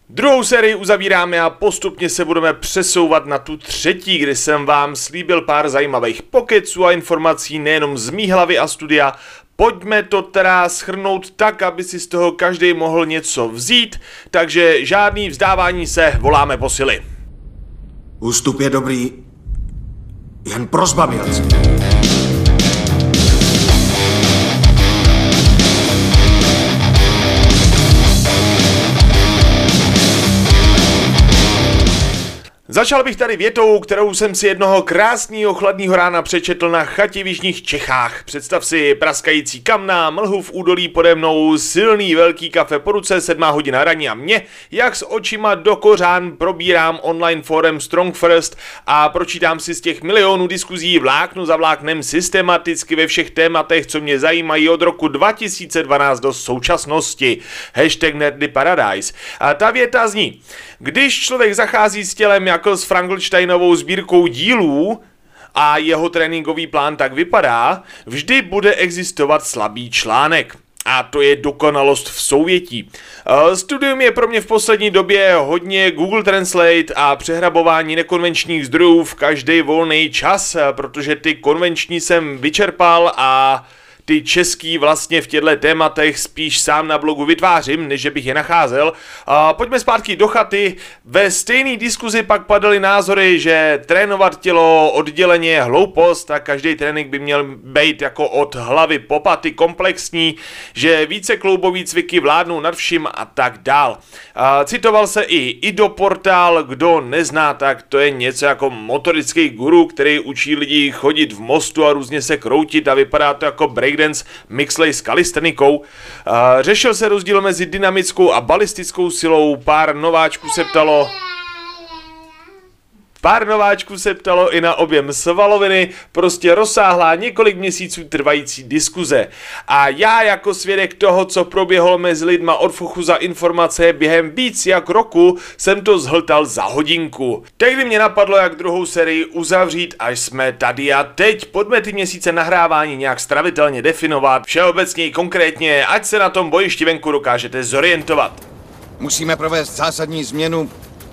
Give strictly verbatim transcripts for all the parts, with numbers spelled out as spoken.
Druhou sérii uzavíráme a postupně se budeme přesouvat na tu třetí, kdy jsem vám slíbil pár zajímavých pokeců a informací nejenom z mý hlavy a studia. Pojďme to teda shrnout tak, aby si z toho každý mohl něco vzít, takže žádný vzdávání se, voláme posily. Ústup je dobrý, jen pro zbabělce. Začal bych tady větou, kterou jsem si jednoho krásného chladného rána přečetl na chatě v jižních Čechách. Představ si praskající kamna, mlhu v údolí pode mnou, silný velký kafe po ruce, sedmá hodina ranní a mě, jak s očima do kořán probírám online fórem Strong First a pročítám si z těch milionů diskuzí vláknu za vláknem systematicky ve všech tématech, co mě zajímají od roku dva tisíce dvanáct do současnosti. Hashtag Nerdy Paradise. A ta věta zní: když člověk zachází s tělem jako s Frankensteinovou sbírkou dílů a jeho tréninkový plán tak vypadá, vždy bude existovat slabý článek. A to je dokonalost v souvětí. Studium je pro mě v poslední době hodně Google Translate a přehrabování nekonvenčních zdrojů v každý volný čas, protože ty konvenční jsem vyčerpal a ty český vlastně v těchto tématech spíš sám na blogu vytvářím, než že bych je nacházel. A pojďme zpátky do chaty. Ve stejné diskuzi pak padaly názory, že trénovat tělo odděleně je hloupost a každý trénink by měl být jako od hlavy po paty komplexní, že více kloubový cviky vládnou nad vším a tak dál. A citoval se i Ido Portal, kdo nezná, tak to je něco jako motorický guru, který učí lidi chodit v mostu a různě se kroutit a vypadá to jako break dance mixlej s kalistenikou. Řešil se rozdíl mezi dynamickou a balistickou silou, pár nováčků se ptalo Pár nováčků se ptalo i na objem svaloviny, prostě rozsáhlá několik měsíců trvající diskuze. A já jako svědek toho, co proběhlo mezi lidma od fochu za informace během víc jak roku, jsem to zhltal za hodinku. Tehdy mě napadlo, jak druhou sérii uzavřít, až jsme tady a teď. Pojďme ty měsíce nahrávání nějak stravitelně definovat, všeobecně i konkrétně, ať se na tom bojišti venku dokážete zorientovat. Musíme provést zásadní změnu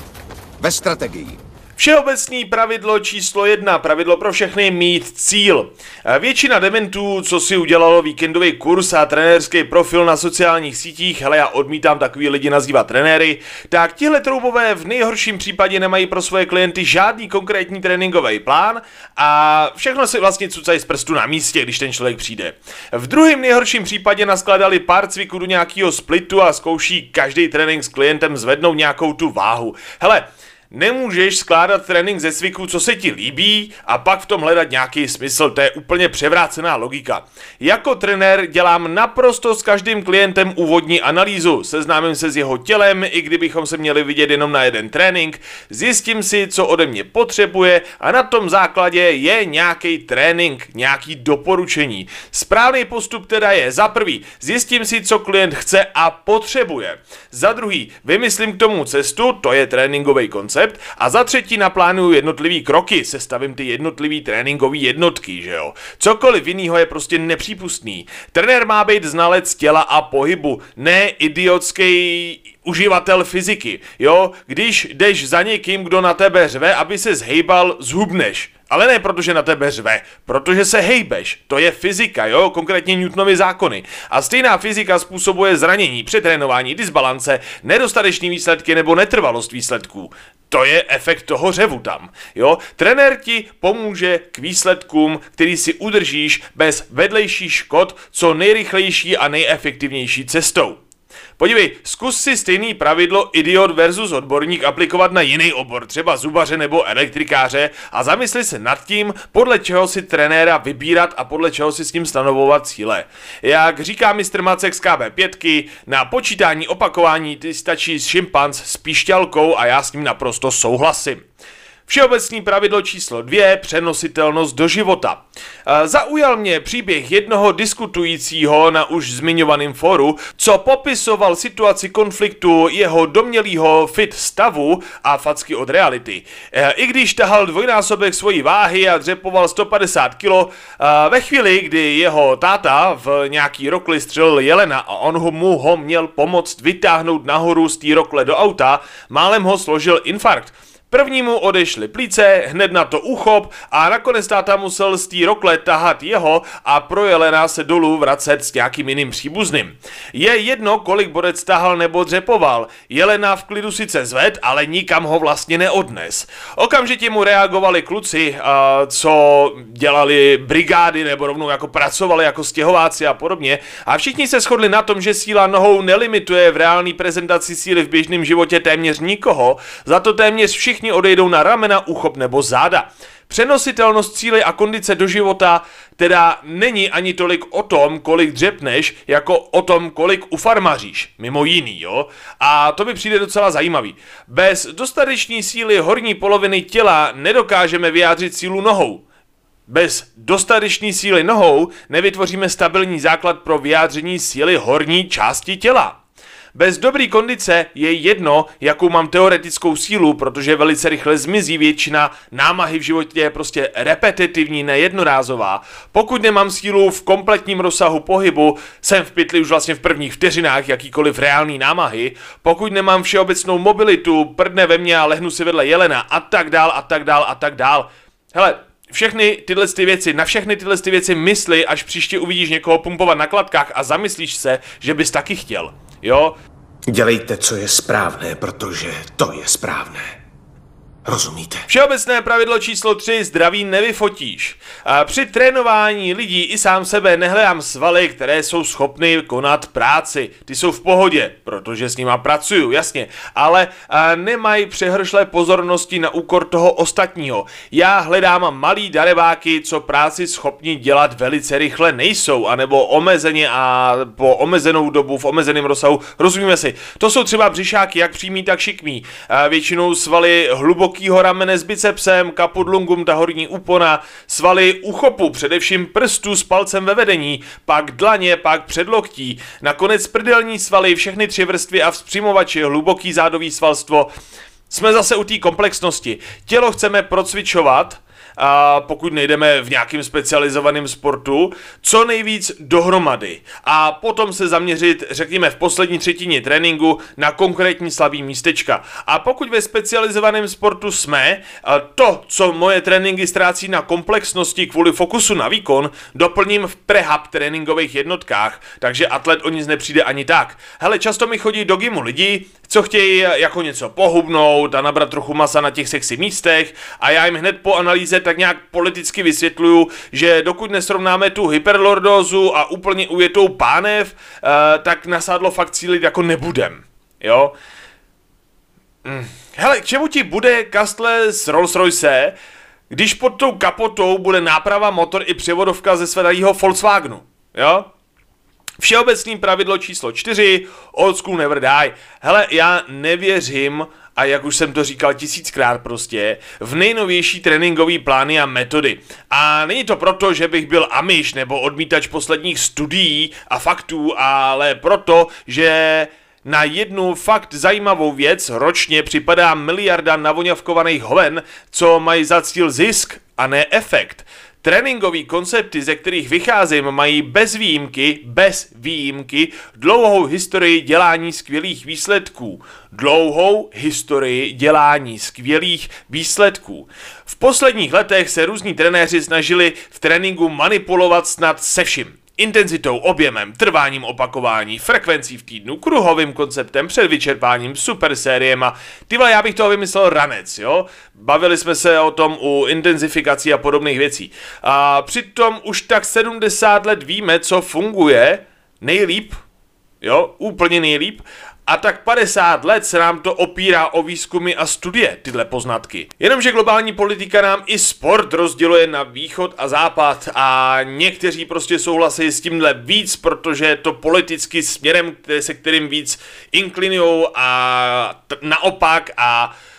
ve strategii. Všeobecný pravidlo číslo jedna, pravidlo pro všechny: mít cíl. Většina dementů, co si udělalo víkendový kurz a trenérský profil na sociálních sítích, hele, já odmítám takový lidi nazývat trenéry, tak tihle troubové v nejhorším případě nemají pro svoje klienty žádný konkrétní tréninkový plán a všechno si vlastně cucají z prstu na místě, když ten člověk přijde. V druhém nejhorším případě naskladali pár cviků do nějakého splitu a zkouší každý trénink s klientem zvednout nějakou tu váhu. Hele, nemůžeš skládat trénink ze cviků, co se ti líbí, a pak v tom hledat nějaký smysl, to je úplně převrácená logika. Jako trenér dělám naprosto s každým klientem úvodní analýzu, seznámím se s jeho tělem, i kdybychom se měli vidět jenom na jeden trénink, zjistím si, co ode mě potřebuje a na tom základě je nějaký trénink, nějaký doporučení. Správný postup teda je: za prvý, zjistím si, co klient chce a potřebuje. Za druhý, vymyslím k tomu cestu, to je tréninkový koncept. A za třetí, naplánuju jednotlivý kroky, sestavím ty jednotlivý tréninkový jednotky, že jo. Cokoliv jinýho je prostě nepřípustný. Trenér má být znalec těla a pohybu, ne idiotský uživatel fyziky, jo. Když jdeš za někým, kdo na tebe řve, aby se zhejbal, zhubneš. Ale ne protože na tebe řve, protože se hejbeš. To je fyzika, jo, konkrétně Newtonovy zákony. A stejná fyzika způsobuje zranění, přetrénování, disbalance, nedostatečný výsledky nebo netrvalost výsledků. To je efekt toho řevu tam, jo. Trenér ti pomůže k výsledkům, který si udržíš bez vedlejších škod, co nejrychlejší a nejefektivnější cestou. Podívej, zkus si stejný pravidlo idiot versus odborník aplikovat na jiný obor, třeba zubaře nebo elektrikáře, a zamysli se nad tím, podle čeho si trenéra vybírat a podle čeho si s ním stanovovat cíle. Jak říká mistr Macek z K B pět, na počítání opakování ty stačí šimpanz s píšťalkou a já s ním naprosto souhlasím. Všeobecný pravidlo číslo dvě, přenositelnost do života. Zaujal mě příběh jednoho diskutujícího na už zmiňovaném fóru, co popisoval situaci konfliktu jeho domnělýho fit stavu a facky od reality. I když tahal dvojnásobek svojí váhy a dřepoval sto padesát kilo, ve chvíli, kdy jeho táta v nějaký rokli střelil jelena a on ho mu ho měl pomoct vytáhnout nahoru z té rokle do auta, málem ho složil infarkt. Prvnímu odešly plíce, hned na to uchop a nakonec táta musel z té rokle tahat jeho a pro jelena se dolů vracet s nějakým jiným příbuzným. Je jedno, kolik borec tahal nebo dřepoval. Jelena v klidu sice zved, ale nikam ho vlastně neodnes. Okamžitě mu reagovali kluci, co dělali brigády nebo rovnou jako pracovali jako stěhováci a podobně. A všichni se shodli na tom, že síla nohou nelimituje v reálné prezentaci síly v běžném životě téměř nikoho, za to téměř všichni odejdou na ramena, uchop nebo záda. Přenositelnost síly a kondice do života teda není ani tolik o tom, kolik dřepneš, jako o tom, kolik ufarmaříš, mimo jiný, jo? A to mi přijde docela zajímavý. Bez dostatečné síly horní poloviny těla nedokážeme vyjádřit sílu nohou. Bez dostatečné síly nohou nevytvoříme stabilní základ pro vyjádření síly horní části těla. Bez dobrý kondice je jedno, jakou mám teoretickou sílu, protože velice rychle zmizí, většina námahy v životě je prostě repetitivní, nejednorázová. Pokud nemám sílu v kompletním rozsahu pohybu, jsem v pytli už vlastně v prvních vteřinách jakýkoliv reálný námahy. Pokud nemám všeobecnou mobilitu, prdne ve mně a lehnu si vedle jelena a tak dál a tak dál a tak dál. Hele, všechny tyhle ty věci, na všechny tyhle ty věci mysli, až příště uvidíš někoho pumpovat na kladkách a zamyslíš se, že bys taky chtěl. Jo? Dělejte, co je správné, protože to je správné. Rozumíte? Všeobecné pravidlo číslo tři, zdraví nevyfotíš. A při trénování lidí i sám sebe nehledám svaly, které jsou schopny konat práci. Ty jsou v pohodě, protože s nima pracuju, jasně, ale nemají přehršlé pozornosti na úkor toho ostatního. Já hledám malý darebáky, co práci schopni dělat velice rychle nejsou, anebo omezeně a po omezenou dobu v omezeném rozsahu. Rozumíme si, to jsou třeba břišáky, jak přímý, tak šikmý. A většinou svaly hluboko ramene s bicepsem, caput ta horní úpona, svaly uchopu, především prstů s palcem ve vedení, pak dlaně, pak předloktí, nakonec prdelní svaly, všechny tři vrstvy a vzpřímovači, hluboký zádový svalstvo. Jsme zase u té komplexnosti. Tělo chceme procvičovat, a pokud nejdeme v nějakým specializovaném sportu, co nejvíc dohromady a potom se zaměřit, řekněme, v poslední třetině tréninku na konkrétní slabý místečka. A pokud ve specializovaném sportu jsme, to, co moje tréninky ztrácí na komplexnosti kvůli fokusu na výkon, doplním v prehab tréninkových jednotkách, takže atlet o nic nepřijde ani tak. Hele, často mi chodí do gymu lidi, co chtějí jako něco pohubnout a nabrat trochu masa na těch sexy místech a já jim hned po analýze tak nějak politicky vysvětluju, že dokud nesrovnáme tu hyperlordózu a úplně ujetou pánev, tak na sádlo fakt cílit jako nebudem, jo? Hm. Hele, k čemu ti bude kastle z Rolls Royce, když pod tou kapotou bude náprava, motor i převodovka ze svého Volkswagenu, jo? Všeobecný pravidlo číslo čtyři, old school never die. Hele, já nevěřím, a jak už jsem to říkal tisíckrát prostě, v nejnovější tréninkové plány a metody. A není to proto, že bych byl amiš nebo odmítač posledních studií a faktů, ale proto, že na jednu fakt zajímavou věc ročně připadá miliarda navoňavkovaných hoven, co mají za cíl zisk a ne efekt. Tréninkové koncepty, ze kterých vycházím, mají bez výjimky, bez výjimky, dlouhou historii dělání skvělých výsledků. Dlouhou historii dělání skvělých výsledků. V posledních letech se různí trenéři snažili v tréninku manipulovat snad se vším. Intenzitou, objemem, trváním opakování, frekvencí v týdnu, kruhovým konceptem, před vyčerpáním, super sériem a tyhle, já bych toho vymyslel ranec, jo? Bavili jsme se o tom u intenzifikací a podobných věcí. A přitom už tak sedmdesát let víme, co funguje nejlíp, jo? Úplně nejlíp. A tak padesát let se nám to opírá o výzkumy a studie, tyhle poznatky. Jenomže globální politika nám i sport rozděluje na východ a západ a někteří prostě souhlasí s tímhle víc, protože je to politicky směrem, se kterým víc inklinujou a naopak a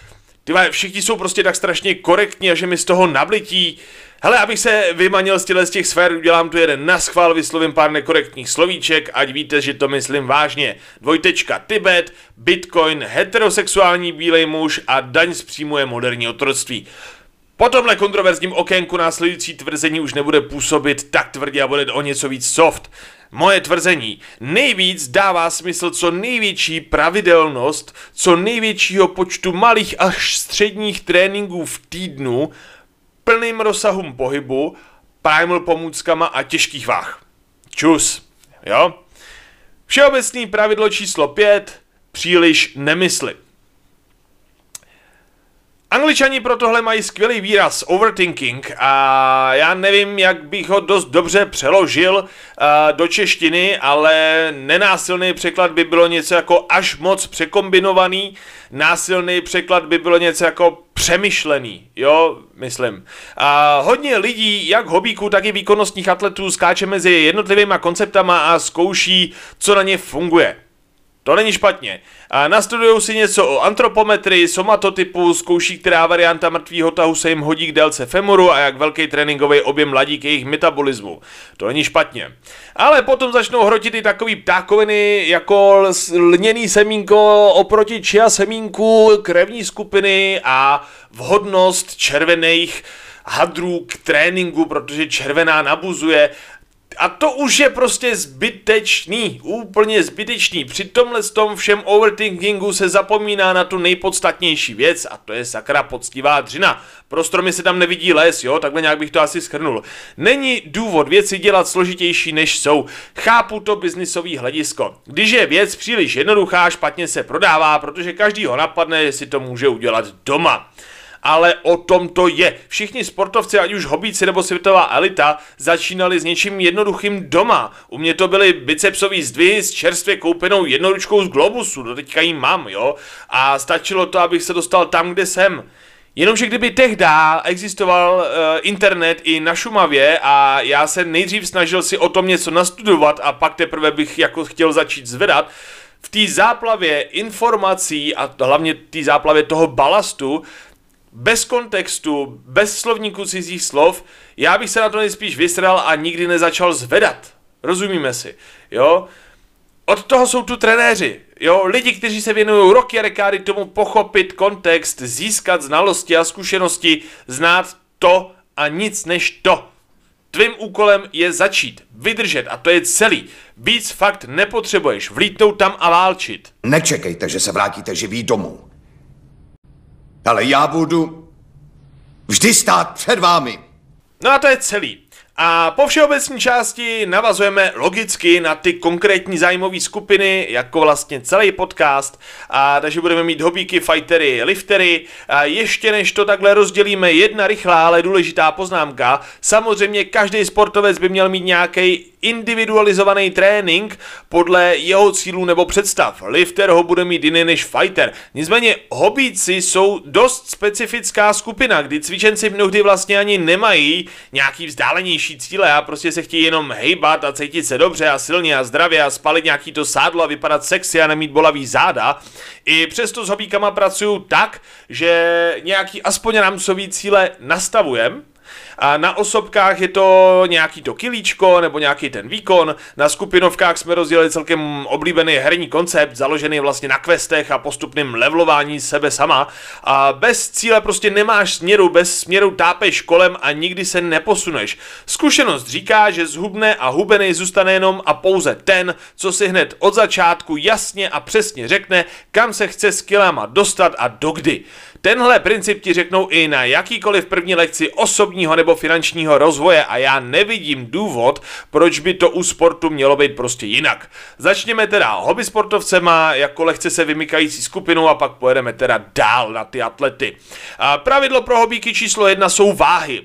Ty vole, všichni jsou prostě tak strašně korektní a že mi z toho nablití. Hele, abych se vymanil z těchto z těch sfér, udělám tu jeden naschvál, vyslovím pár nekorektních slovíček, ať víte, že to myslím vážně. Dvojtečka Tibet, Bitcoin, heterosexuální bílej muž a daň z příjmu je moderní otroctví. Po tomhle kontroverzním okénku následující tvrzení už nebude působit tak tvrdě a bude o něco víc soft. Moje tvrzení. Nejvíc dává smysl co největší pravidelnost, co největšího počtu malých až středních tréninků v týdnu, plným rozsahům pohybu, primal pomůckama a těžkých váh. Čus. Jo? Všeobecný pravidlo číslo pět. Příliš nemysli. Angličani pro tohle mají skvělý výraz overthinking a já nevím, jak bych ho dost dobře přeložil uh, do češtiny, ale nenásilný překlad by bylo něco jako až moc překombinovaný, násilný překlad by bylo něco jako přemýšlený, jo, myslím. A hodně lidí, jak hobíků, tak i výkonnostních atletů skáče mezi jednotlivýma konceptama a zkouší, co na ně funguje. To není špatně. A nastudujou si něco o antropometrii, somatotypu, zkouší, která varianta mrtvýho tahu se jim hodí k délce femoru a jak velký tréninkový objem ladí k jejich metabolismu. To není špatně. Ale potom začnou hrotit i takový ptákoviny jako lněný semínko oproti chia semínku, krevní skupiny a vhodnost červených hadrů k tréninku, protože červená nabuzuje. A to už je prostě zbytečný, úplně zbytečný. Při tomhle tom všem overthinkingu se zapomíná na tu nejpodstatnější věc a to je sakra poctivá dřina. Pro stromy se tam nevidí les, jo, takhle nějak bych to asi shrnul. Není důvod věci dělat složitější než jsou. Chápu to biznisový hledisko. Když je věc příliš jednoduchá, špatně se prodává, protože každý ho napadne, že si to může udělat doma. Ale o tom to je. Všichni sportovci, ať už hobíci nebo světová elita, začínali s něčím jednoduchým doma. U mě to byly bicepsový zdvihy s čerstvě koupenou jednoručkou z Globusu, do teďka jí mám, jo. A stačilo to, abych se dostal tam, kde jsem. Jenomže kdyby tehdy existoval uh, internet i na Šumavě a já se nejdřív snažil si o tom něco nastudovat a pak teprve bych jako chtěl začít zvedat, v té záplavě informací a hlavně té záplavě toho balastu, bez kontextu, bez slovníku cizích slov, já bych se na to nejspíš vysral a nikdy nezačal zvedat. Rozumíme si, jo? Od toho jsou tu trenéři, jo? Lidi, kteří se věnují roky a dekády tomu pochopit kontext, získat znalosti a zkušenosti, znát to a nic než to. Tvým úkolem je začít, vydržet a to je celý. Víc fakt nepotřebuješ, vlítnout tam a válčit. Nečekejte, že se vrátíte živý domů. Ale já budu vždy stát před vámi. No a to je celý. A po všeobecné části navazujeme logicky na ty konkrétní zájmové skupiny, jako vlastně celý podcast, a takže budeme mít hobíky, fightery, liftery. A ještě než to takhle rozdělíme, jedna rychlá, ale důležitá poznámka. Samozřejmě každý sportovec by měl mít nějaký individualizovaný trénink podle jeho cílů nebo představ. Lifter ho bude mít jiný než fighter. Nicméně hobíci jsou dost specifická skupina, kdy cvičenci mnohdy vlastně ani nemají nějaký vzdálenější cíle a prostě se chtějí jenom hejbat a cítit se dobře a silně a zdravě a spalit nějaký to sádlo a vypadat sexy a nemít bolavý záda. I přesto s hobíkama pracuju tak, že nějaký aspoň rámcový cíle nastavujem. A na osobkách je to nějaký to kilíčko nebo nějaký ten výkon. Na skupinovkách jsme rozjeli celkem oblíbený herní koncept, založený vlastně na questech a postupným levelování sebe sama. A bez cíle prostě nemáš směru, bez směru tápeš kolem a nikdy se neposuneš. Zkušenost říká, že zhubne a hubený zůstane jenom a pouze ten, co si hned od začátku jasně a přesně řekne, kam se chce s kilama dostat a dokdy. Tenhle princip ti řeknou i na jakýkoliv první lekci osobního nebo finančního rozvoje a já nevidím důvod, proč by to u sportu mělo být prostě jinak. Začněme teda hobby sportovcema jako lehce se vymykající skupinou a pak pojedeme teda dál na ty atlety. A pravidlo pro hobíky číslo jedna jsou váhy.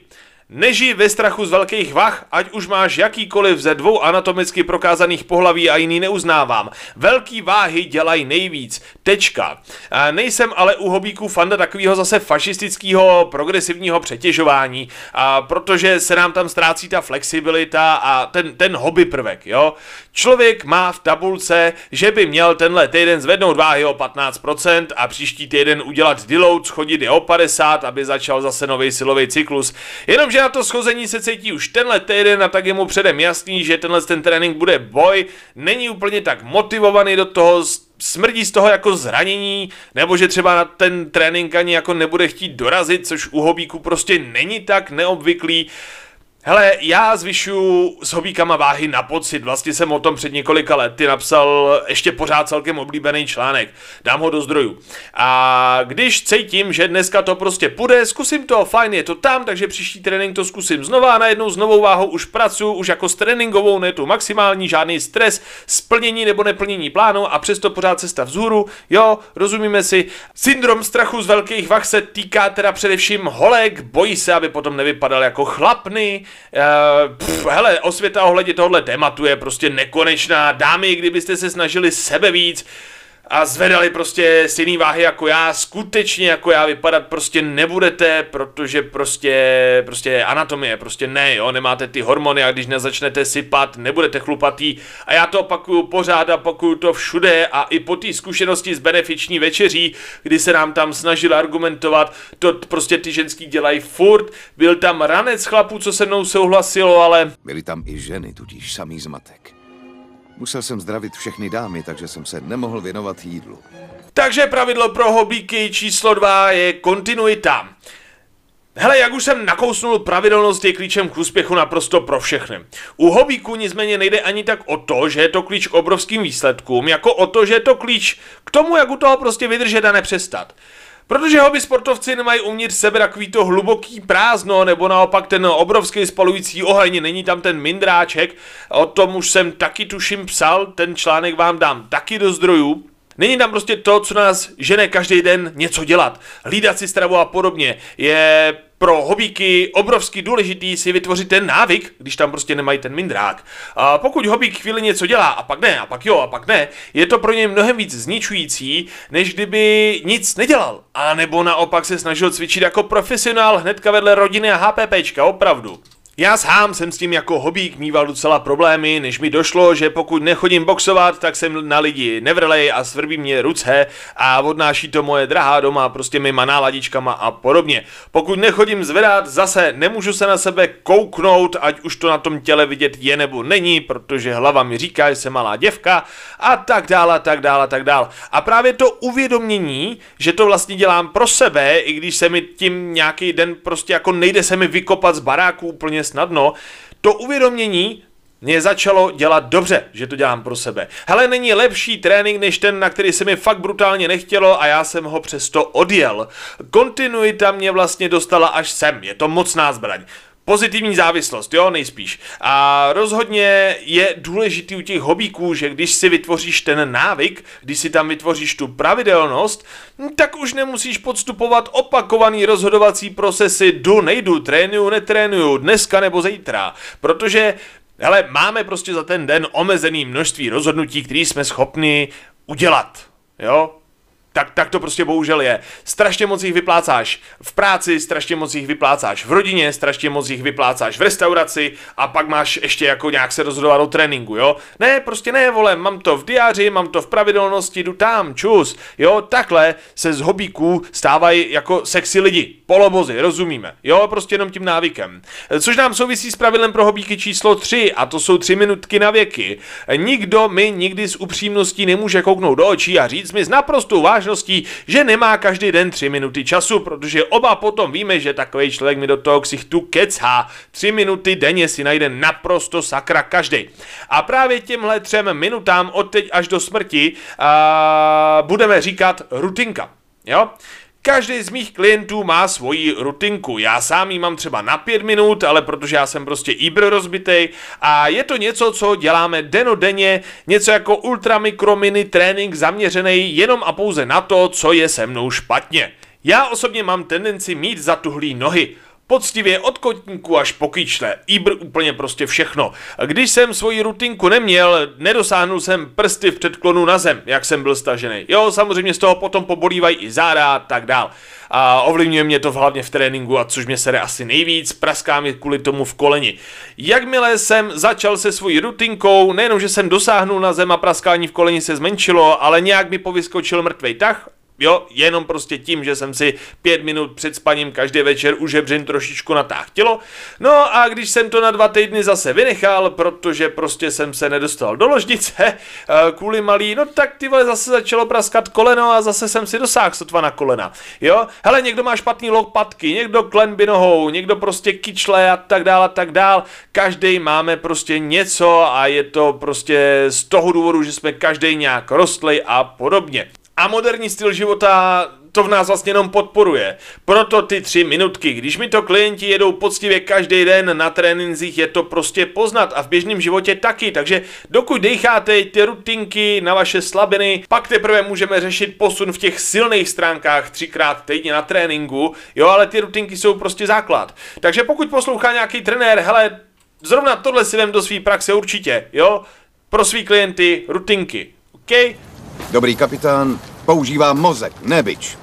Nežij ve strachu z velkých vah, ať už máš jakýkoliv ze dvou anatomicky prokázaných pohlaví a jiný neuznávám. Velký váhy dělají nejvíc. Tečka. A nejsem ale u hobíků fanda takového zase fašistického progresivního přetěžování, a protože se nám tam ztrácí ta flexibilita a ten, ten hobby prvek, jo. Člověk má v tabulce, že by měl tenhle týden zvednout váhy o patnáct procent a příští týden udělat deload, schodit je o padesát, aby začal zase nový silový cyklus. Jenomže na to schození se cítí už tenhle týden a tak je mu předem jasný, že tenhle ten trénink bude boj, není úplně tak motivovaný do toho, smrdí z toho jako zranění, nebo že třeba na ten trénink ani jako nebude chtít dorazit, což u hobíků prostě není tak neobvyklý. Hele, já zvyšuju s hobíkama váhy na pocit, vlastně jsem o tom před několika lety napsal ještě pořád celkem oblíbený článek, dám ho do zdrojů. A když cítím, že dneska to prostě půjde, zkusím to, fajn, je to tam, takže příští trénink to zkusím znova a najednou s novou váhou už pracuji, už jako s tréninkovou, ne tu maximální, žádný stres, splnění nebo neplnění plánu a přesto pořád cesta vzhůru, jo, rozumíme si. Syndrom strachu z velkých vah se týká teda především holek, bojí se, aby potom nevypadal jako chlapny. Uh, pff, hele, osvěta ohledně tohohle tématu je prostě nekonečná. Dámy, kdybyste se snažili sebe víc a zvedali prostě stejný váhy jako já, skutečně jako já vypadat prostě nebudete, protože prostě, prostě anatomie, prostě ne, jo, nemáte ty hormony a když nezačnete sypat, nebudete chlupatý a já to opakuju pořád a opakuju to všude a i po té zkušenosti z benefiční večeří, kdy se nám tam snažili argumentovat, to prostě ty ženský dělají furt, byl tam ranec chlapů, co se mnou souhlasilo, ale... Byly tam i ženy, tudíž samý zmatek. Musel jsem zdravit všechny dámy, takže jsem se nemohl věnovat jídlu. Takže pravidlo pro hobíky číslo dva je kontinuita. Hele, jak už jsem nakousnul, pravidelnost je klíčem k úspěchu naprosto pro všechny. U hobíků nicméně nejde ani tak o to, že je to klíč k obrovským výsledkům, jako o to, že je to klíč k tomu, jak u toho prostě vydržet a nepřestat. Protože hobby sportovci nemají uvnitř sebe takový to hluboký prázdno, nebo naopak ten obrovský spalující oheň, není tam ten mindráček, o tom už jsem taky tuším psal, ten článek vám dám taky do zdrojů. Není tam prostě to, co nás žene každý den něco dělat, hlídat si stravu a podobně. Je pro hobíky obrovsky důležitý si vytvořit ten návyk, když tam prostě nemají ten mindrák. A pokud hobík chvíli něco dělá a pak ne, a pak jo, a pak ne, je to pro něj mnohem víc zničující, než kdyby nic nedělal. A nebo naopak se snažil cvičit jako profesionál hnedka vedle rodiny a HPPčka, opravdu. Já sám jsem s tím jako hobík mýval docela problémy, než mi došlo, že pokud nechodím boxovat, tak jsem na lidi nevrlej a svrbí mě ruce a odnáší to moje drahá doma prostě mýma náladičkama a podobně. Pokud nechodím zvedat, zase nemůžu se na sebe kouknout, ať už to na tom těle vidět je nebo není, protože hlava mi říká, že jsem malá děvka a tak dále, tak dále, tak dále. A právě to uvědomění, že to vlastně dělám pro sebe, i když se mi tím nějaký den prostě jako nejde se mi vykopat z baráku úplně snadno, to uvědomění mě začalo dělat dobře, že to dělám pro sebe. Hele, není lepší trénink než ten, na který se mi fakt brutálně nechtělo a já jsem ho přesto odjel. Kontinuita mě vlastně dostala až sem, je to mocná zbraň. Pozitivní závislost, jo, nejspíš. A rozhodně je důležitý u těch hobíků, že když si vytvoříš ten návyk, když si tam vytvoříš tu pravidelnost, tak už nemusíš podstupovat opakovaný rozhodovací procesy, jdu, nejdu, trénuju, netrénuju, dneska nebo zítra. Protože, hele, máme prostě za ten den omezený množství rozhodnutí, které jsme schopni udělat, jo. Tak, tak to prostě bohužel je. Strašně moc jich vyplácáš v práci, strašně moc jich vyplácáš v rodině, strašně moc jich vyplácáš v restauraci a pak máš ještě jako nějak se rozhodovat o tréninku, jo? Ne, prostě ne, vole, mám to v diáři, mám to v pravidelnosti, jdu tam, čus, jo? Takhle se z hobíků stávají jako sexy lidi, polobozy, rozumíme, jo? Prostě jenom tím návykem. Což nám souvisí s pravidlem pro hobíky číslo tři a to jsou tři minutky na věky. Nikdo mi nikdy s upřímností nemůže kouknout do očí a říct mi s naprostou vážností, že nemá každý den tři minuty času, protože oba potom víme, že takový člověk mi do toho ksichtu kecá. Tři minuty denně si najde naprosto sakra každý. A právě těmhle třem minutám od teď až do smrti a, budeme říkat rutinka. Jo? Každý z mých klientů má svoji rutinku. Já sám ji mám třeba na pět minut, ale protože já jsem prostě ibr rozbitej a je to něco, co děláme denodenně, něco jako ultramikromini trénink zaměřený jenom a pouze na to, co je se mnou špatně. Já osobně mám tendenci mít zatuhlý nohy. Poctivě od kotníku až po kyčle, Ibr úplně prostě všechno. Když jsem svoji rutinku neměl, nedosáhnul jsem prsty v předklonu na zem, jak jsem byl stažený. Jo, samozřejmě z toho potom pobolívají i záda a tak dál. A ovlivňuje mě to hlavně v tréninku, a což mě sere asi nejvíc, praská mi kvůli tomu v koleni. Jakmile jsem začal se svojí rutinkou, nejenom, že jsem dosáhnul na zem a praskání v koleni se zmenšilo, ale nějak mi povyskočil mrtvej tah. Jo, jenom prostě tím, že jsem si pět minut před spaním každý večer u žebřin trošičku natáhl tělo. No a když jsem to na dva týdny zase vynechal, protože prostě jsem se nedostal do ložnice kvůli malý, no tak ty vole zase začalo praskat koleno a zase jsem si dosáhl sotva na kolena. Jo, hele, někdo má špatný lopatky, někdo klenby nohou, někdo prostě kyčle a tak dál a tak dál. Každý máme prostě něco a je to prostě z toho důvodu, že jsme každý nějak rostlej a podobně. A moderní styl života to v nás vlastně jenom podporuje. Proto ty tři minutky, když mi to klienti jedou poctivě každý den na trénincích, je to prostě poznat a v běžném životě taky. Takže dokud dejcháte ty rutinky na vaše slabiny, pak teprve můžeme řešit posun v těch silných stránkách třikrát týdně na tréninku, jo, ale ty rutinky jsou prostě základ. Takže pokud poslouchá nějaký trenér, hele, zrovna tohle si vem do své praxe určitě, jo, pro svý klienty rutinky, OK? Dobrý kapitán používá mozek, ne bič.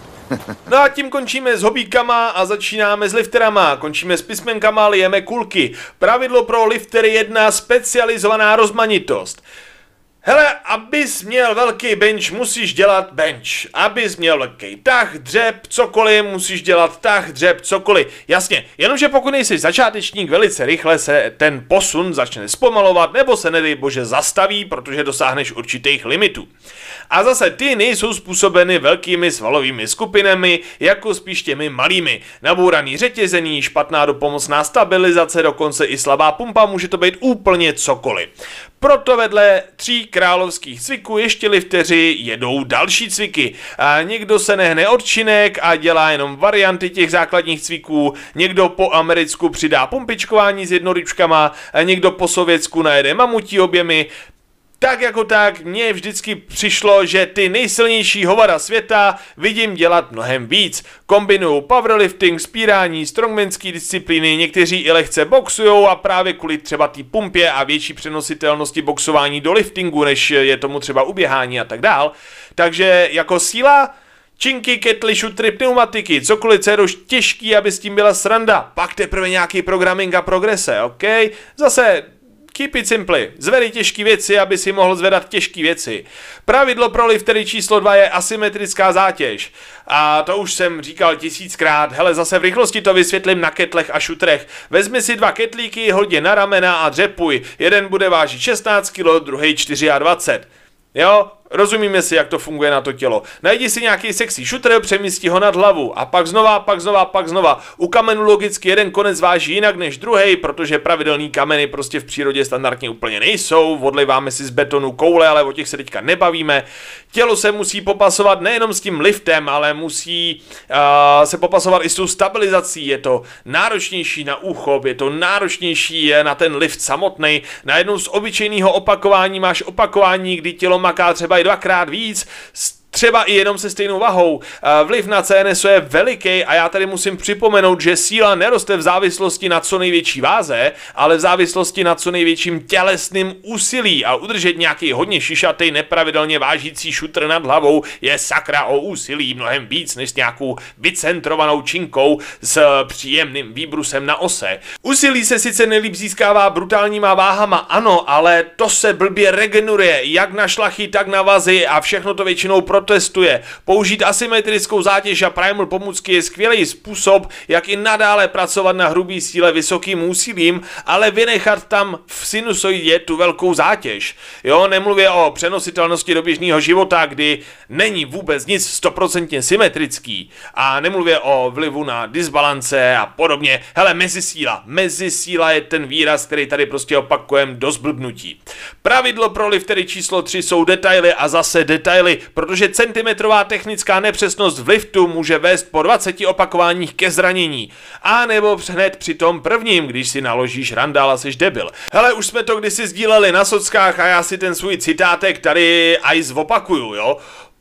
No a tím končíme s hobíkama a začínáme s lifterama. Končíme s písmenkama, lijeme kulky. Pravidlo pro liftery jedna, specializovaná rozmanitost. Hele, abys měl velký bench, musíš dělat bench. Abys měl velký tah, dřep, cokoliv, musíš dělat tah, dřep, cokoliv. Jasně, jenomže pokud nejsi začátečník, velice rychle se ten posun začne zpomalovat, nebo se nedej bože zastaví, protože dosáhneš určitých limitů. A zase ty nejsou způsobeny velkými svalovými skupinami, jako spíš těmi malými. Nabouraný řetězení, špatná dopomocná stabilizace, dokonce i slabá pumpa, může to být úplně cokoliv. Proto vedle tří královských cviků ještě lifteři jedou další cviky. A někdo se nehne od činek a dělá jenom varianty těch základních cviků, někdo po americku přidá pumpičkování s jednoručkama, a někdo po sovětsku najede mamutí objemy. Tak jako tak, mně vždycky přišlo, že ty nejsilnější hovada světa vidím dělat mnohem víc. Kombinují powerlifting, spírání, strongmanský disciplíny, někteří i lehce boxujou a právě kvůli třeba té pumpě a větší přenositelnosti boxování do liftingu, než je tomu třeba uběhání a tak dál. Takže jako síla, činky, ketly, šutry, pneumatiky, cokoliv, co je dost těžký, aby s tím byla sranda. Pak teprve nějaký programming a progrese, OK? Zase keep it simply. Zvedej těžké věci, aby si mohl zvedat těžké věci. Pravidlo pro liftery číslo dva je asymetrická zátěž. A to už jsem říkal tisíckrát. Hele, zase v rychlosti to vysvětlím na ketlech a šutrech. Vezmi si dva ketlíky, hodně na ramena a dřepuj. Jeden bude vážit šestnáct kilo, druhý dvacet čtyři. Jo? Rozumíme si, jak to funguje na to tělo. Najdi si nějaký sexy šutr, přemísti ho nad hlavu a pak znova, pak znova, pak znova. U kamenu logicky jeden konec váží jinak než druhý, protože pravidelný kameny prostě v přírodě standardně úplně nejsou. Odliváme si z betonu koule, ale o těch se teďka nebavíme. Tělo se musí popasovat nejenom s tím liftem, ale musí uh, se popasovat i s tou stabilizací. Je to náročnější na úchop, je to náročnější na ten lift samotný. Najednou z obyčejného opakování máš opakování, kdy tělo maká třeba i dvakrát víc, třeba i jenom se stejnou vahou. Vliv na C N S je veliký a já tady musím připomenout, že síla neroste v závislosti na co největší váze, ale v závislosti na co největším tělesným úsilí a udržet nějaký hodně šišatý, nepravidelně vážící šutr nad hlavou je sakra o úsilí mnohem víc než s nějakou vycentrovanou činkou s příjemným výbrusem na ose. Úsilí se sice nejlíp získává brutálníma váhama, ano, ale to se blbě regeneruje, jak na šlachy, tak na vazy a všechno to většinou pro testuje. Použít asymetrickou zátěž a primal pomůcky je skvělý způsob, jak i nadále pracovat na hrubý síle vysokým úsilím, ale vynechat tam v sinusoidě tu velkou zátěž. Jo, nemluvě o přenositelnosti do běžného života, kdy není vůbec nic stoprocentně symetrický a nemluvě o vlivu na disbalance a podobně. Hele, mezisíla. Mezisíla je ten výraz, který tady prostě opakujem do zblbnutí. Pravidlo pro liftery číslo tři jsou detaily a zase detaily, protože centimetrová technická nepřesnost v liftu může vést po dvaceti opakováních ke zranění. A nebo hned při tom prvním, když si naložíš randál a seš debil. Hele, už jsme to kdysi sdíleli na sockách a já si ten svůj citátek tady aj zopakuju, jo.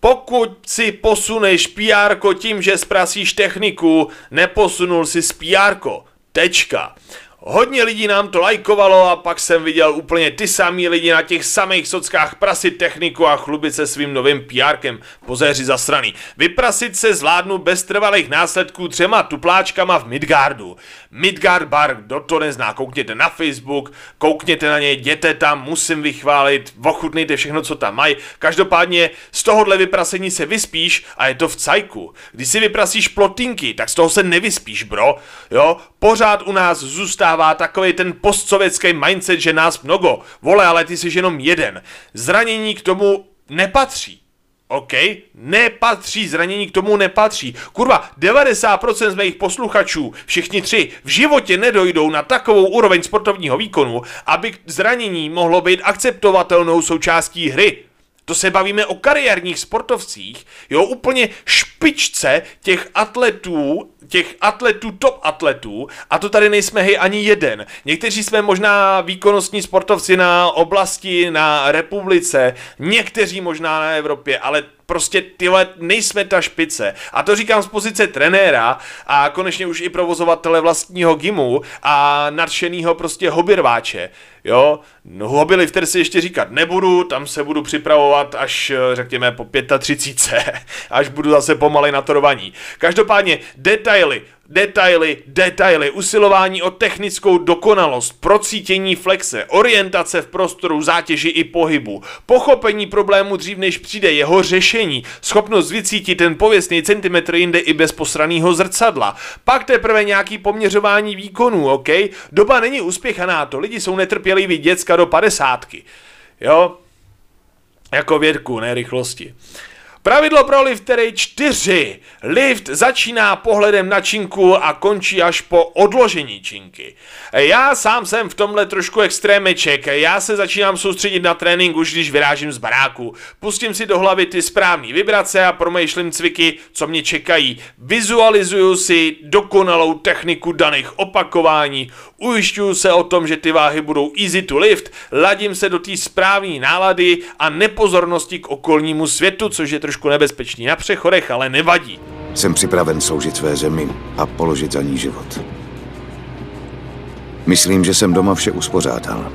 Pokud si posuneš P R ko tím, že zprasíš techniku, neposunul si s P R ko. Tečka. Hodně lidí nám to lajkovalo a pak jsem viděl úplně ty samý lidi na těch samých sockách prasit techniku a chlubit se svým novým pírkem. Pozéři zasraný. Vyprasit se zvládnu bez trvalých následků třema tupláčkama v Midgardu. Midgard bar, kdo to nezná, koukněte na Facebook, koukněte na něj, jděte tam, musím vychválit, ochutnejte všechno, co tam mají. Každopádně z tohohle vyprasení se vyspíš a je to v cajku. Když si vyprasíš plotinky, tak z toho se nevyspíš, bro. Jo, pořád u nás zůstává takovej ten postsovětský mindset, že nás mnoho. Vole, ale ty jsi jenom jeden. Zranění k tomu nepatří. OK? Nepatří, zranění k tomu nepatří. Kurva, devadesát procent z mých posluchačů, všichni tři, v životě nedojdou na takovou úroveň sportovního výkonu, aby zranění mohlo být akceptovatelnou součástí hry. To se bavíme o kariérních sportovcích, jo, úplně špičce těch atletů, těch atletů, top atletů, a to tady nejsme hej ani jeden. Někteří jsme možná výkonnostní sportovci na oblasti, na republice, někteří možná na Evropě, ale prostě tyhle nejsme ta špice. A to říkám z pozice trenéra a konečně už i provozovatele vlastního gymu a nadšenýho prostě hobyrváče. Jo, no hobylifter si ještě říkat nebudu, tam se budu připravovat až řekněme po třicet pět, až budu zase pomalej na torovaní. Každopádně detaily, detaily, detaily, usilování o technickou dokonalost, procítění flexe, orientace v prostoru, zátěži i pohybu, pochopení problému dřív než přijde, jeho řešení, schopnost vycítit ten pověstný centimetr jinde i bez posranýho zrcadla, pak teprve nějaký poměřování výkonů, ok? Doba není uspěchaná, to lidi jsou netrpěliví děcka do padesátky, jo? Jako vědku, ne rychlosti. Pravidlo pro liftery čtyři. Lift začíná pohledem na činku a končí až po odložení činky. Já sám jsem v tomhle trošku extrémeček. Já se začínám soustředit na trénink už když vyrážím z baráku. Pustím si do hlavy ty správné vibrace a promýšlím cviky, co mě čekají. Vizualizuju si dokonalou techniku daných opakování. Ujišťuju se o tom, že ty váhy budou easy to lift. Ladím se do té správné nálady a nepozornosti k okolnímu světu, což je trošku nebezpečný na přechodech, ale nevadí. Jsem připraven sloužit své zemi a položit za ní život. Myslím, že jsem doma vše uspořádal.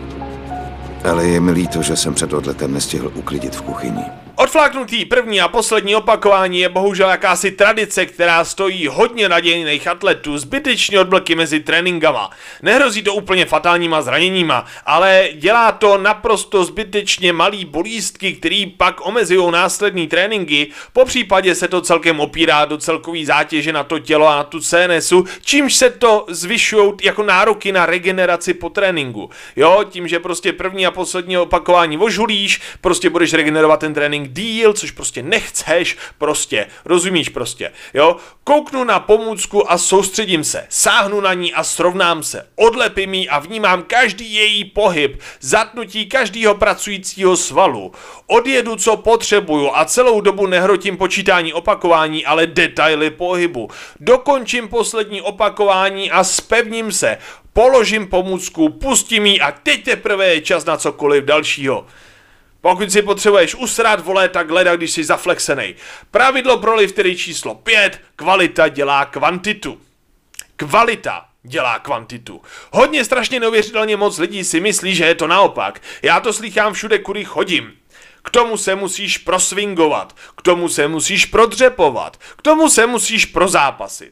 Ale je mi líto, že jsem před odletem nestihl uklidit v kuchyni. Odfláknutý první a poslední opakování je bohužel jakási tradice, která stojí hodně nadějných atletů, zbytečně odblky mezi tréninkama. Nehrozí to úplně fatálníma zraněníma, ale dělá to naprosto zbytečně malý bolístky, který pak omezují následný tréninky, po případě se to celkem opírá do celkový zátěže na to tělo a na tu C N S u, čímž se to zvyšují jako nároky na regeneraci po tréninku. Jo, tím, že prostě první a poslední opakování ožulíš, prostě budeš regenerovat ten trénink díl, což prostě nechceš, prostě, rozumíš prostě, jo, kouknu na pomůcku a soustředím se, sáhnu na ní a srovnám se, odlepím ji a vnímám každý její pohyb, zatnutí každého pracujícího svalu, odjedu, co potřebuju a celou dobu nehrotím počítání opakování, ale detaily pohybu, dokončím poslední opakování a zpevním se, položím pomůcku, pustím ji a teď teprve je čas na cokoliv dalšího. Pokud si potřebuješ usrát, vole, tak hleda, když jsi zaflexenej. Pravidlo pro liftery číslo pět. Kvalita dělá kvantitu. Kvalita dělá kvantitu. Hodně strašně neuvěřitelně moc lidí si myslí, že je to naopak. Já to slýchám všude, kudy chodím. K tomu se musíš proswingovat. K tomu se musíš prodřepovat. K tomu se musíš prozápasit.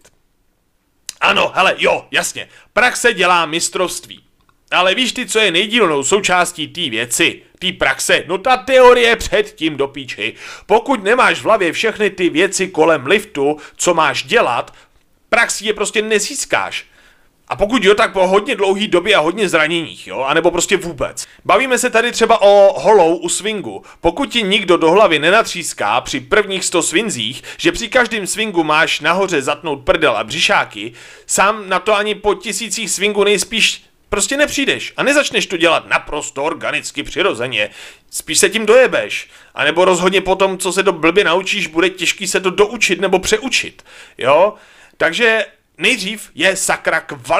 Ano, hele, jo, jasně. Praxe dělá mistrovství. Ale víš ty, co je nejdílnou součástí té věci, té praxe? No ta teorie předtím do píči. Pokud nemáš v hlavě všechny ty věci kolem liftu, co máš dělat, praxi je prostě nezískáš. A pokud jo, tak po hodně dlouhý době a hodně zraněních, jo, anebo prostě vůbec. Bavíme se tady třeba o hollow u swingu. Pokud ti nikdo do hlavy nenatříská při prvních sto swinzích, že při každém swingu máš nahoře zatnout prdel a břišáky, sám na to ani po tisících swingů nejspíš prostě nepřijdeš a nezačneš to dělat naprosto organicky, přirozeně. Spíš se tím dojebeš. A nebo rozhodně potom, co se to blbě naučíš, bude těžký se to doučit nebo přeučit. Jo? Takže nejdřív je sakra kvalita.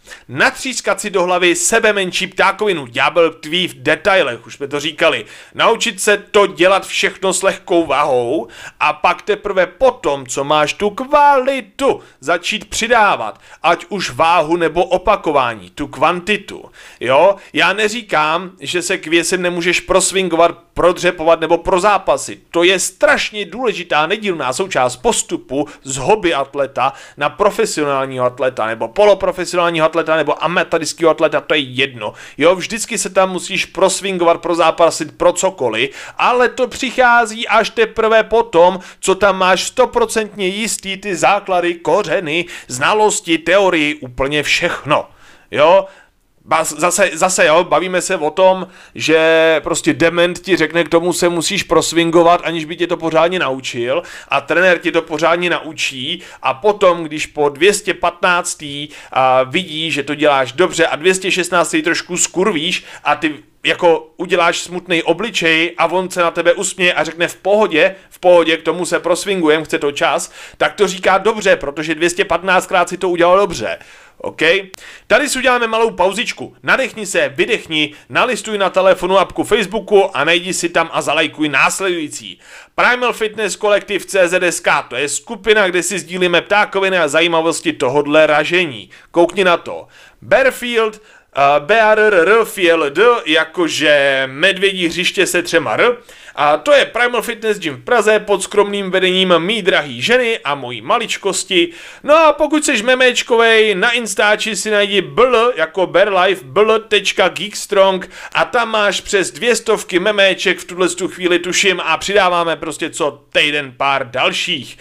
Natřískat si do hlavy sebe menší ptákovinu, ďábel tkví v detailech, už jsme to říkali. Naučit se to dělat všechno s lehkou váhou a pak teprve potom, co máš tu kvalitu, začít přidávat, ať už váhu nebo opakování, tu kvantitu. Jo, já neříkám, že se k věcem nemůžeš prosvingovat, prodřepovat nebo pro zápasy. To je strašně důležitá nedílná součást postupu z hobby atleta na profesionálního atleta nebo poloprofesionálního atleta nebo amatérského atleta, to je jedno. Jo, vždycky se tam musíš prosvingovat, pro zápasit, pro cokoliv, ale to přichází až teprve potom, co tam máš stoprocentně jistý ty základy, kořeny, znalosti, teorii, úplně všechno. Jo, Zase, zase jo, bavíme se o tom, že prostě dement ti řekne, k tomu se musíš prosvingovat, aniž by tě to pořádně naučil a trenér ti to pořádně naučí a potom, když po dvě stě patnáct a vidí, že to děláš dobře a dvě stě šestnáct trošku skurvíš a ty jako uděláš smutný obličej a on se na tebe usměje a řekne v pohodě, v pohodě, k tomu se prosvingujem, chce to čas, tak to říká dobře, protože dvě stě patnáctkrát si to udělal dobře. OK? Tady si uděláme malou pauzičku. Nadechni se, vydechni, nalistuj na telefonu apku Facebooku a najdi si tam a zalajkuj následující. Primal Fitness Collective C Z S K, to je skupina, kde si sdílíme ptákoviny a zajímavosti tohodle ražení. Koukni na to. Bearfield, Uh, B R R R Field, jakože medvědí hřiště se třema R. A to je Primal Fitness Gym v Praze pod skromným vedením mý drahý ženy a mojí maličkosti. No a pokud seš memečkovej, na Instači si najdi bl jako bearlife bl tečka geekstrong a tam máš přes dvě stovky memeček v tuhle chvíli tuším a přidáváme prostě co týden pár dalších.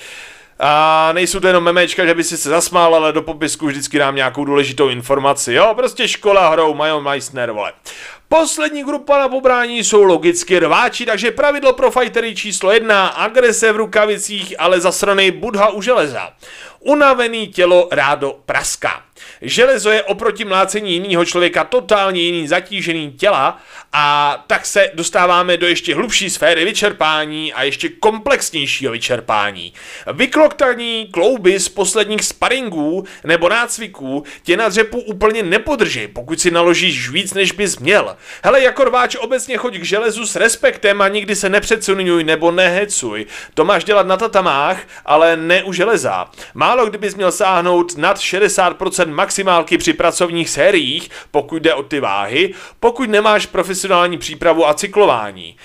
A nejsou to jenom memečka, že by si se zasmál, ale do popisku vždycky dám nějakou důležitou informaci, jo, prostě škola hrou Majo Meissner, vole. Poslední grupa na pobrání jsou logicky rváči, takže pravidlo pro fightery číslo jedna, agrese v rukavicích, ale zasranej Budha u železa. Unavený tělo rádo praská. Železo je oproti mlácení jiného člověka totálně jiný zatížený těla a tak se dostáváme do ještě hlubší sféry vyčerpání a ještě komplexnějšího vyčerpání. Vykloktaní klouby z posledních sparingů nebo nácviků tě na dřepu úplně nepodrží, pokud si naložíš víc, než bys měl. Hele, jako rváč obecně choď k železu s respektem a nikdy se nepřeceňuj nebo nehecuj. To máš dělat na tatamách, ale ne u železa. Málo kdybys měl sáhnout nad šedesát procent maximálky při pracovních sériích, pokud jde o ty váhy, pokud nemáš profesionální přípravu a cyklování.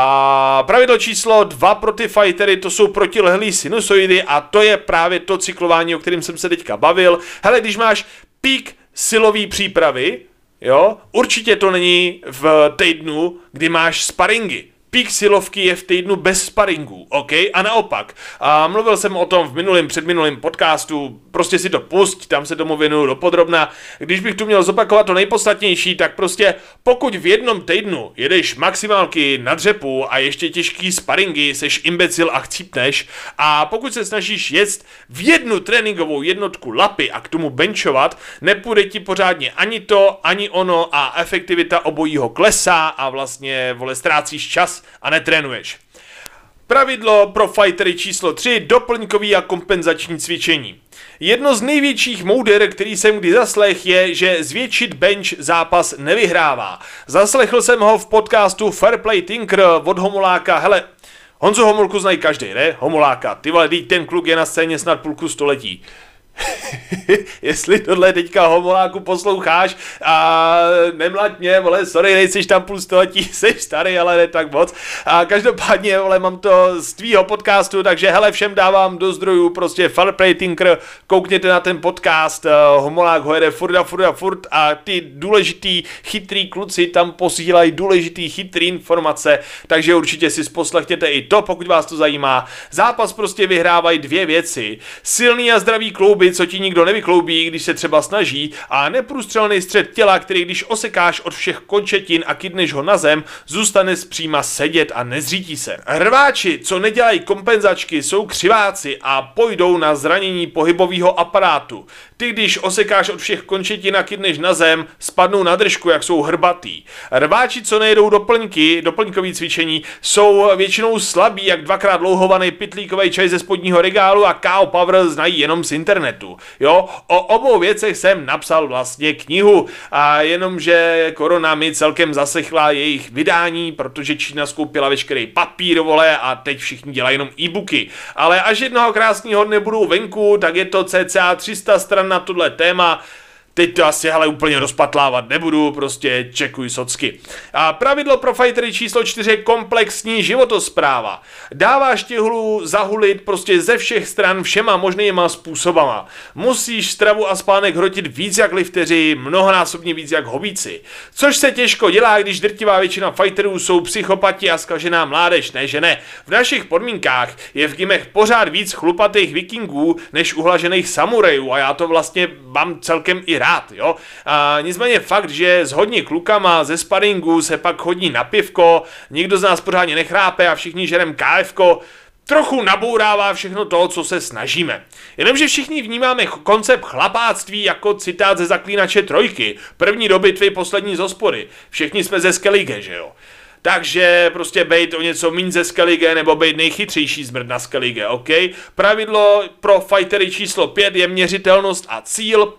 A pravidlo číslo dva pro ty fightery, to jsou protilehlý sinusoidy a to je právě to cyklování, o kterém jsem se teďka bavil. Hele, když máš pík silový přípravy, jo, určitě to není v týdnu, kdy máš sparingy. Pík silovky je v týdnu bez sparingů, OK? A naopak. A mluvil jsem o tom v minulém, předminulém podcastu, prostě si to pusť, tam se tomu věnuju dopodrobna. Když bych tu měl zopakovat to nejpodstatnější, tak prostě pokud v jednom týdnu jedeš maximálky na dřepu a ještě těžký sparingy, seš imbecil a chcípneš, a pokud se snažíš jet v jednu tréninkovou jednotku lapy a k tomu benchovat, nepůjde ti pořádně ani to, ani ono a efektivita obojího klesá a vlastně, vole, ztrácíš čas a netrénuješ. Pravidlo pro fightery číslo tři, doplňkový a kompenzační cvičení. Jedno z největších mouder, který jsem kdy zaslech, je, že zvětšit bench zápas nevyhrává. Zaslechl jsem ho v podcastu Fair Play Tinker od Homoláka. Hele, Honzu Homolku znají každý, ne? Homoláka, ty vole, ten kluk je na scéně snad půlku století. Jestli tohle teďka Homoláku posloucháš a nemlaď mě, vole, sorry, nejsiš tam půl století, jsi starý, ale ne tak moc. A každopádně, vole, mám to z tvýho podcastu, takže hele, všem dávám do zdrojů prostě Fair Play Tinker, koukněte na ten podcast, Homolák ho jede furt a furt a furt a ty důležitý, chytrý kluci tam posílají důležitý, chytrý informace, takže určitě si poslechněte i to, pokud vás to zajímá. Zápas prostě vyhrávají dvě věci, silný a zdravý klouby, co ti nikdo nevykloubí, když se třeba snaží, a neprůstřelný střed těla, který když osekáš od všech končetin a kydneš ho na zem, zůstane zpříma sedět a nezřítí se. Rváči, co nedělají kompenzačky, jsou křiváci a pojdou na zranění pohybového aparátu. Ty, když osekáš od všech končetin a kydneš na zem, spadnou na držku, jak jsou hrbatý. Rváči, co nejedou doplňky, doplňkový cvičení, jsou většinou slabí, jak dvakrát louhovaný pitlíkový čaj ze spodního regálu a K O Power znají jenom z internetu. Jo, o obou věcech jsem napsal vlastně knihu a jenomže korona mi celkem zasechla jejich vydání, protože Čína skoupila veškerý papír, vole, a teď všichni dělají jenom e-booky. Ale až jednoho krásného dne budou venku, tak je to cca tři sta stran na tohle téma. Teď to asi ale úplně rozpatlávat nebudu, prostě čekuj socky. A pravidlo pro fightery číslo čtyři je komplexní životospráva. Dáváš těhlu zahulit prostě ze všech stran všema možnýma způsobama. Musíš stravu a spánek hrotit víc jak lifteři, mnohonásobně víc jak hobíci. Což se těžko dělá, když drtivá většina fighterů jsou psychopati a zkažená mládež, ne že ne. V našich podmínkách je v gymech pořád víc chlupatých vikingů než uhlažených samurajů a já to vlastně mám celkem i rád, jo. A nicméně fakt, že s hodně klukama ze sparingu se pak chodí na pivko, nikdo z nás pořádně nechrápe a všichni žerem ká efko, trochu nabourává všechno to, co se snažíme. Jenomže všichni vnímáme koncept chlapáctví jako citát ze Zaklínače trojky, první do bitvy, poslední z hospody. Všichni jsme ze Skellige, že jo. Takže prostě bejt o něco míň ze Skellige nebo bejt nejchytřejší zmrt na Skellige, ok? Pravidlo pro fightery číslo pět je měřitelnost a cíl.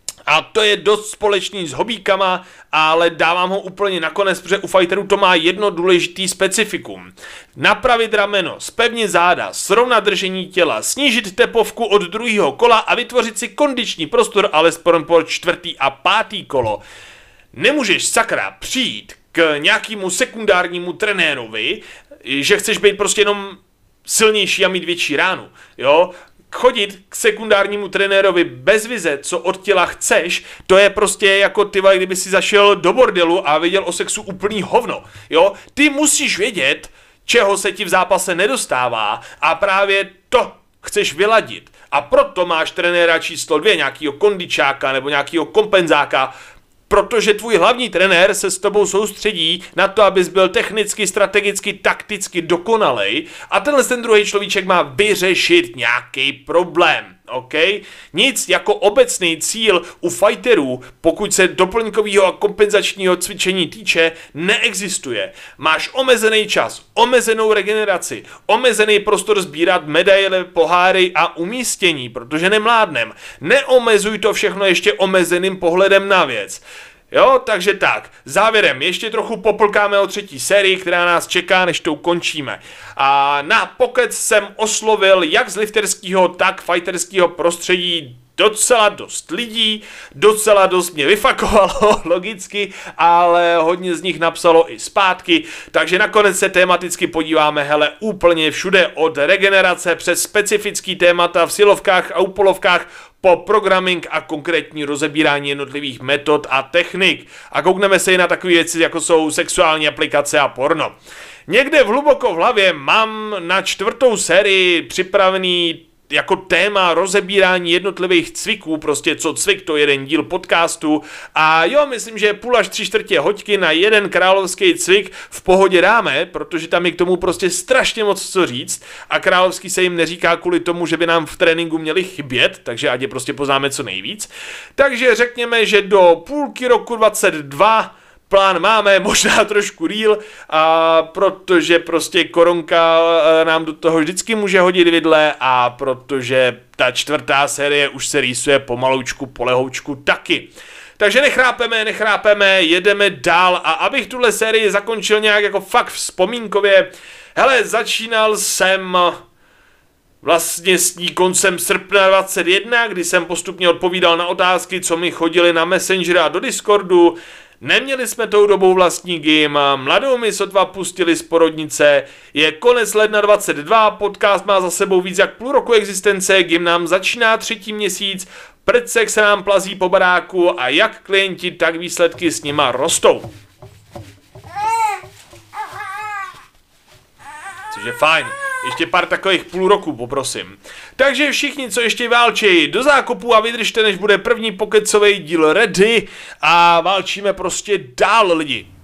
A to je dost společný s hobíkama, ale dávám ho úplně nakonec, protože u fighterů to má jedno důležitý specifikum. Napravit rameno, zpevnit záda, srovnat držení těla, snížit tepovku od druhého kola a vytvořit si kondiční prostor alespoň pro čtvrtý a pátý kolo. Nemůžeš sakra přijít k nějakému sekundárnímu trenérovi, že chceš být prostě jenom silnější a mít větší ránu, jo? Chodit k sekundárnímu trenérovi bez vize, co od těla chceš, to je prostě jako ty, kdyby si zašel do bordelu a viděl o sexu úplný hovno, jo? Ty musíš vědět, čeho se ti v zápase nedostává a právě to chceš vyladit. A proto máš trenéra číslo dvě, nějakýho kondičáka nebo nějakýho kompenzáka, protože tvůj hlavní trenér se s tobou soustředí na to, abys byl technicky, strategicky, takticky dokonalej a tenhle ten druhý človíček má vyřešit nějaký problém, ok? Nic jako obecný cíl u fighterů, pokud se doplňkového a kompenzačního cvičení týče, neexistuje. Máš omezený čas, omezenou regeneraci, omezený prostor sbírat medaile, poháry a umístění, protože nemládnem. Neomezuj to všechno ještě omezeným pohledem na věc. Jo, takže tak, závěrem ještě trochu poplkáme o třetí sérii, která nás čeká, než to ukončíme. A na pokec jsem oslovil jak z lifterského, tak fighterského prostředí docela dost lidí, docela dost mě vyfakovalo, logicky, ale hodně z nich napsalo i zpátky, takže nakonec se tematicky podíváme, hele, úplně všude od regenerace přes specifický témata v silovkách a upolovkách, po programming a konkrétní rozebírání jednotlivých metod a technik. A koukneme se i na takové věci, jako jsou sexuální aplikace a porno. Někde v hluboko v hlavě mám na čtvrtou sérii připravený jako téma rozebírání jednotlivých cviků, prostě co cvik, to jeden díl podcastu a jo, myslím, že půl až tři čtvrtě hoďky na jeden královský cvik v pohodě dáme, protože tam je k tomu prostě strašně moc co říct a královský se jim neříká kvůli tomu, že by nám v tréninku měli chybět, takže ať je prostě poznáme co nejvíc. Takže řekněme, že do půlky roku dvacet dva plán máme, možná trošku díl, a protože prostě koronka nám do toho vždycky může hodit vidle a protože ta čtvrtá série už se rýsuje pomaloučku, polehoučku taky. Takže nechrápeme, nechrápeme, jedeme dál a abych tuhle sérii zakončil nějak jako fakt vzpomínkově, hele, začínal jsem vlastně s ní koncem srpna dvacet jedna, kdy jsem postupně odpovídal na otázky, co mi chodily na Messenger a do Discordu. Neměli jsme tou dobou vlastní gym, mladou mi sotva pustili z porodnice, je konec ledna dvacet dva, podcast má za sebou víc jak půl roku existence, gym nám začíná třetí měsíc, prcek se nám plazí po baráku a jak klienti, tak výsledky s nima rostou. Což je fajn. Ještě pár takových půl roku, poprosím. Takže všichni, co ještě válčí, do zákopu a vydržte, než bude první pokecový díl ready a válčíme prostě dál, lidi.